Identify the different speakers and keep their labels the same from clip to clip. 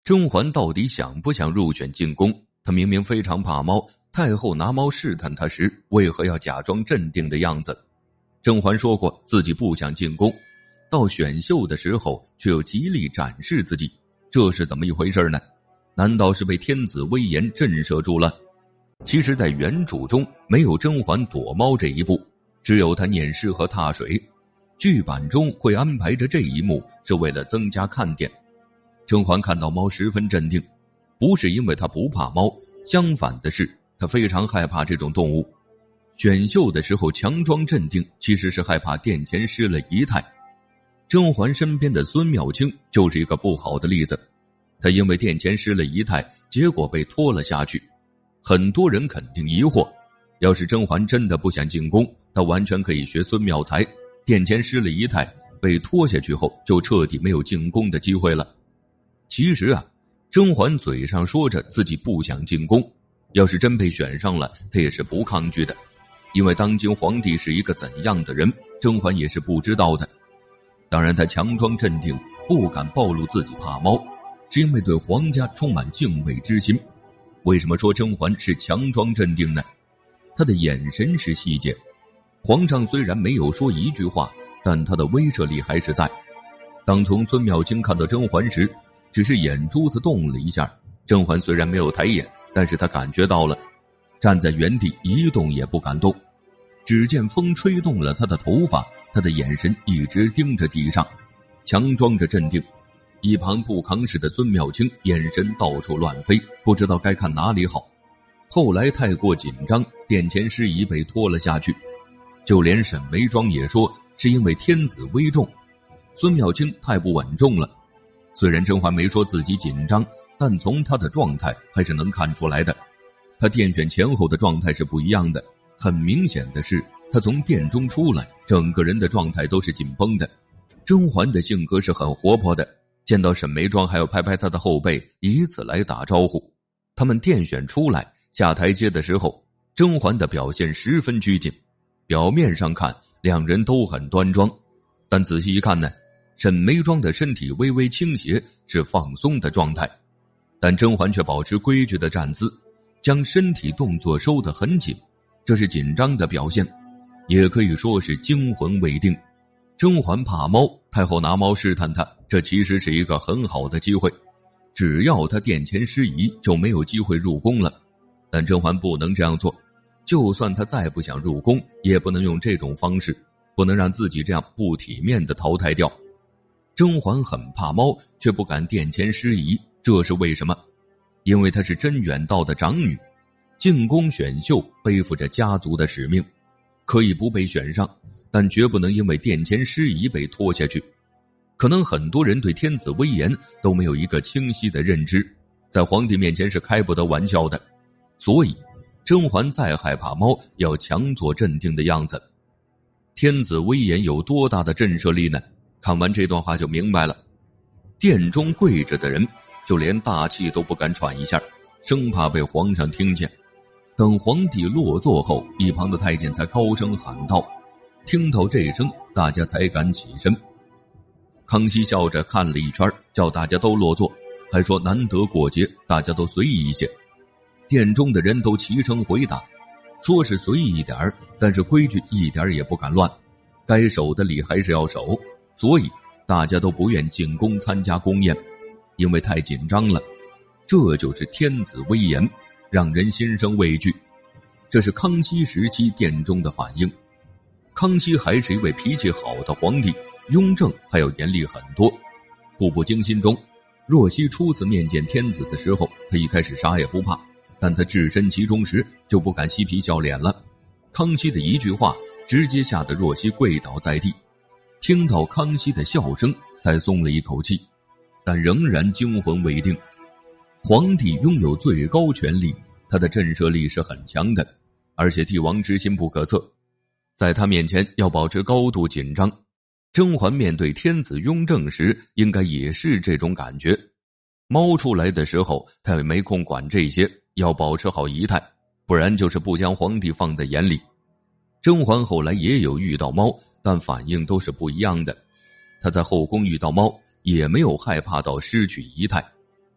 Speaker 1: 甄嬛到底想不想入选进宫？她明明非常怕猫，太后拿猫试探她时，为何要假装镇定的样子？甄嬛说过自己不想进宫，到选秀的时候却又极力展示自己，这是怎么一回事呢？难道是被天子威严震慑住了？其实在原著中没有甄嬛躲猫这一步，只有她念诗和踏水。剧版中会安排着这一幕，是为了增加看点。甄嬛看到猫十分镇定，不是因为她不怕猫，相反的是她非常害怕这种动物。选秀的时候强装镇定，其实是害怕殿前失了仪态。甄嬛身边的孙妙清就是一个不好的例子，她因为殿前失了仪态，结果被拖了下去。很多人肯定疑惑，要是甄嬛真的不想进宫，她完全可以学孙妙才，殿前失了仪态，被拖下去后就彻底没有进宫的机会了。其实甄嬛嘴上说着自己不想进宫，要是真被选上了，她也是不抗拒的，因为当今皇帝是一个怎样的人，甄嬛也是不知道的。当然她强装镇定，不敢暴露自己怕猫，是因为对皇家充满敬畏之心。为什么说甄嬛是强装镇定呢？她的眼神是细节，皇上虽然没有说一句话，但他的威慑力还是在。当从孙妙清看到甄嬛时，只是眼珠子动了一下，甄嬛虽然没有抬眼，但是她感觉到了，站在原地一动也不敢动。只见风吹动了她的头发，她的眼神一直盯着地上，强装着镇定。一旁不扛事的孙妙清眼神到处乱飞，不知道该看哪里好。后来太过紧张，殿前失仪被拖了下去，就连沈眉庄也说是因为天子威重，孙妙清太不稳重了。虽然甄嬛没说自己紧张，但从她的状态还是能看出来的。她殿选前后的状态是不一样的，很明显的是她从殿中出来，整个人的状态都是紧绷的。甄嬛的性格是很活泼的，见到沈眉庄还要拍拍她的后背，以此来打招呼。他们殿选出来下台阶的时候，甄嬛的表现十分拘谨，表面上看两人都很端庄，但仔细一看呢，沈眉庄的身体微微倾斜，是放松的状态，但甄嬛却保持规矩的站姿，将身体动作收得很紧，这是紧张的表现，也可以说是惊魂未定。甄嬛怕猫，太后拿猫试探她，这其实是一个很好的机会，只要她殿前失仪，就没有机会入宫了。但甄嬛不能这样做，就算她再不想入宫，也不能用这种方式，不能让自己这样不体面地淘汰掉。甄嬛很怕猫，却不敢殿前失仪，这是为什么？因为她是甄远道的长女，进宫选秀背负着家族的使命，可以不被选上，但绝不能因为殿前失仪被拖下去。可能很多人对天子威严都没有一个清晰的认知，在皇帝面前是开不得玩笑的，所以甄嬛再害怕猫，要强作镇定的样子。天子威严有多大的震慑力呢？看完这段话就明白了。殿中跪着的人就连大气都不敢喘一下，生怕被皇上听见。等皇帝落座后，一旁的太监才高声喊道，听到这声，大家才敢起身。康熙笑着看了一圈，叫大家都落座，还说难得过节，大家都随意一些。殿中的人都齐声回答，说是随意一点，但是规矩一点也不敢乱，该守的礼还是要守，所以大家都不愿进宫参加宫宴，因为太紧张了。这就是天子威严，让人心生畏惧。这是康熙时期殿中的反应。康熙还是一位脾气好的皇帝，雍正还要严厉很多。步步惊心中，若曦初次面见天子的时候，他一开始啥也不怕，但他置身其中时就不敢嬉皮笑脸了。康熙的一句话直接吓得若曦跪倒在地，听到康熙的笑声才松了一口气，但仍然惊魂未定。皇帝拥有最高权力，他的震慑力是很强的，而且帝王之心不可测，在他面前要保持高度紧张。甄嬛面对天子雍正时应该也是这种感觉。猫出来的时候他也没空管这些，要保持好仪态，不然就是不将皇帝放在眼里。甄嬛后来也有遇到猫，但反应都是不一样的。她在后宫遇到猫也没有害怕到失去仪态，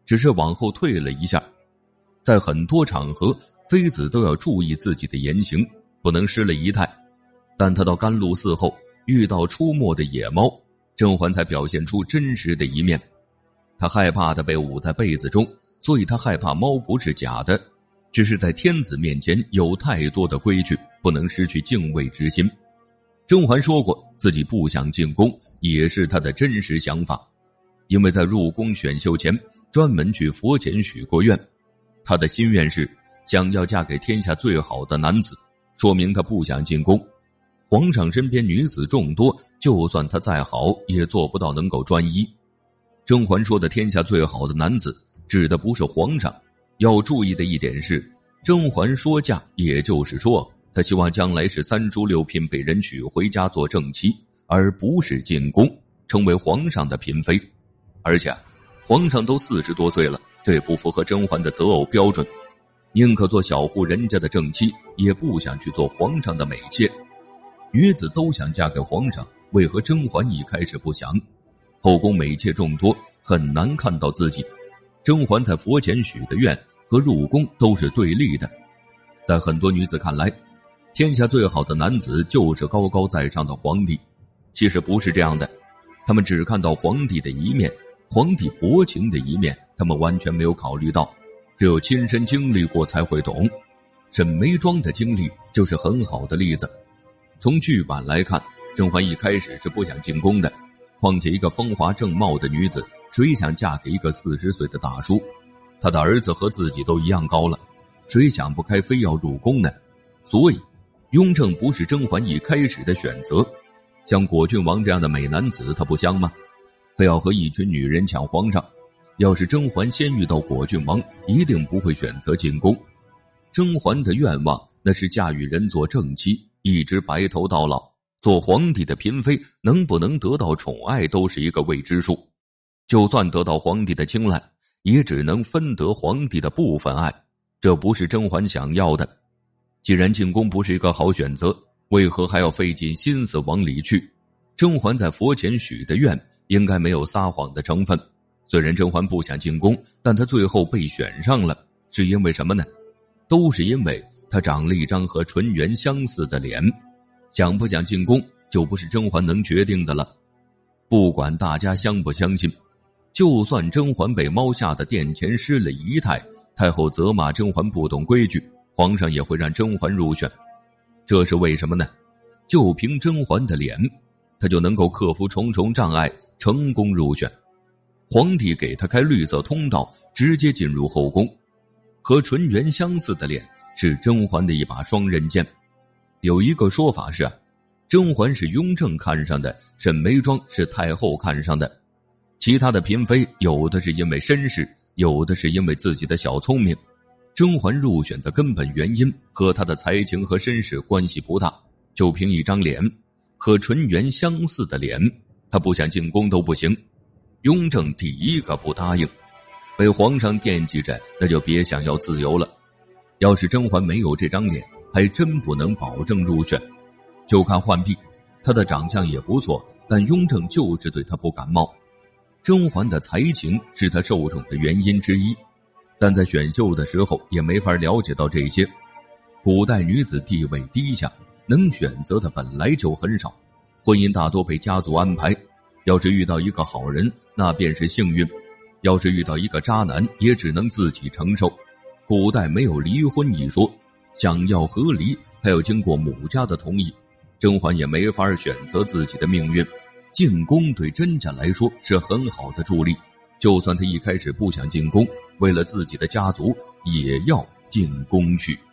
Speaker 1: 只是往后退了一下。在很多场合，妃子都要注意自己的言行，不能失了仪态。但她到甘露寺后，遇到出没的野猫，甄嬛才表现出真实的一面。她害怕的被捂在被子中，所以她害怕猫不是假的，只是在天子面前有太多的规矩，不能失去敬畏之心。甄嬛说过自己不想进宫，也是她的真实想法，因为在入宫选秀前专门去佛前许过愿，她的心愿是想要嫁给天下最好的男子，说明她不想进宫。皇上身边女子众多，就算她再好也做不到能够专一。甄嬛说的天下最好的男子指的不是皇上，要注意的一点是，甄嬛说嫁也就是说她希望将来是三书六聘被人娶回家做正妻，而不是进宫成为皇上的嫔妃。而且皇上都40多岁了，这也不符合甄嬛的择偶标准，宁可做小户人家的正妻，也不想去做皇上的美妾。女子都想嫁给皇上，为何甄嬛一开始不想？后宫美妾众多，很难看到自己。甄嬛在佛前许的愿和入宫都是对立的。在很多女子看来，天下最好的男子就是高高在上的皇帝，其实不是这样的。他们只看到皇帝的一面，皇帝薄情的一面他们完全没有考虑到，只有亲身经历过才会懂。沈眉庄的经历就是很好的例子。从剧版来看，甄嬛一开始是不想进宫的，况且一个风华正茂的女子，谁想嫁给一个40岁的大叔？她的儿子和自己都一样高了，谁想不开非要入宫呢？所以雍正不是甄嬛一开始的选择。像果郡王这样的美男子他不香吗？非要和一群女人抢皇上。要是甄嬛先遇到果郡王，一定不会选择进宫。甄嬛的愿望那是嫁与人做正妻，一直白头到老。做皇帝的嫔妃能不能得到宠爱都是一个未知数，就算得到皇帝的青睐，也只能分得皇帝的部分爱，这不是甄嬛想要的。既然进宫不是一个好选择，为何还要费尽心思往里去？甄嬛在佛前许的愿应该没有撒谎的成分。虽然甄嬛不想进宫，但她最后被选上了，是因为什么呢？都是因为她长了一张和纯元相似的脸。想不想进宫就不是甄嬛能决定的了。不管大家相不相信，就算甄嬛被猫吓得殿前失了仪态，太后责骂甄嬛不懂规矩，皇上也会让甄嬛入选。这是为什么呢？就凭甄嬛的脸，她就能够克服重重障碍，成功入选。皇帝给她开绿色通道，直接进入后宫。和纯元相似的脸是甄嬛的一把双刃剑。有一个说法是，甄嬛是雍正看上的，沈眉庄是太后看上的。其他的嫔妃有的是因为身世，有的是因为自己的小聪明。甄嬛入选的根本原因和她的才情和身世关系不大，就凭一张脸，和纯元相似的脸，她不想进宫都不行。雍正第一个不答应，被皇上惦记着，那就别想要自由了。要是甄嬛没有这张脸，还真不能保证入选。就看浣碧，她的长相也不错，但雍正就是对她不感冒。甄嬛的才情是她受宠的原因之一，但在选秀的时候也没法了解到这些。古代女子地位低下，能选择的本来就很少，婚姻大多被家族安排。要是遇到一个好人，那便是幸运；要是遇到一个渣男，也只能自己承受。古代没有离婚一说，想要和离还要经过母家的同意，甄嬛也没法选择自己的命运。进宫对甄家来说是很好的助力，就算她一开始不想进宫，为了自己的家族也要进宫去。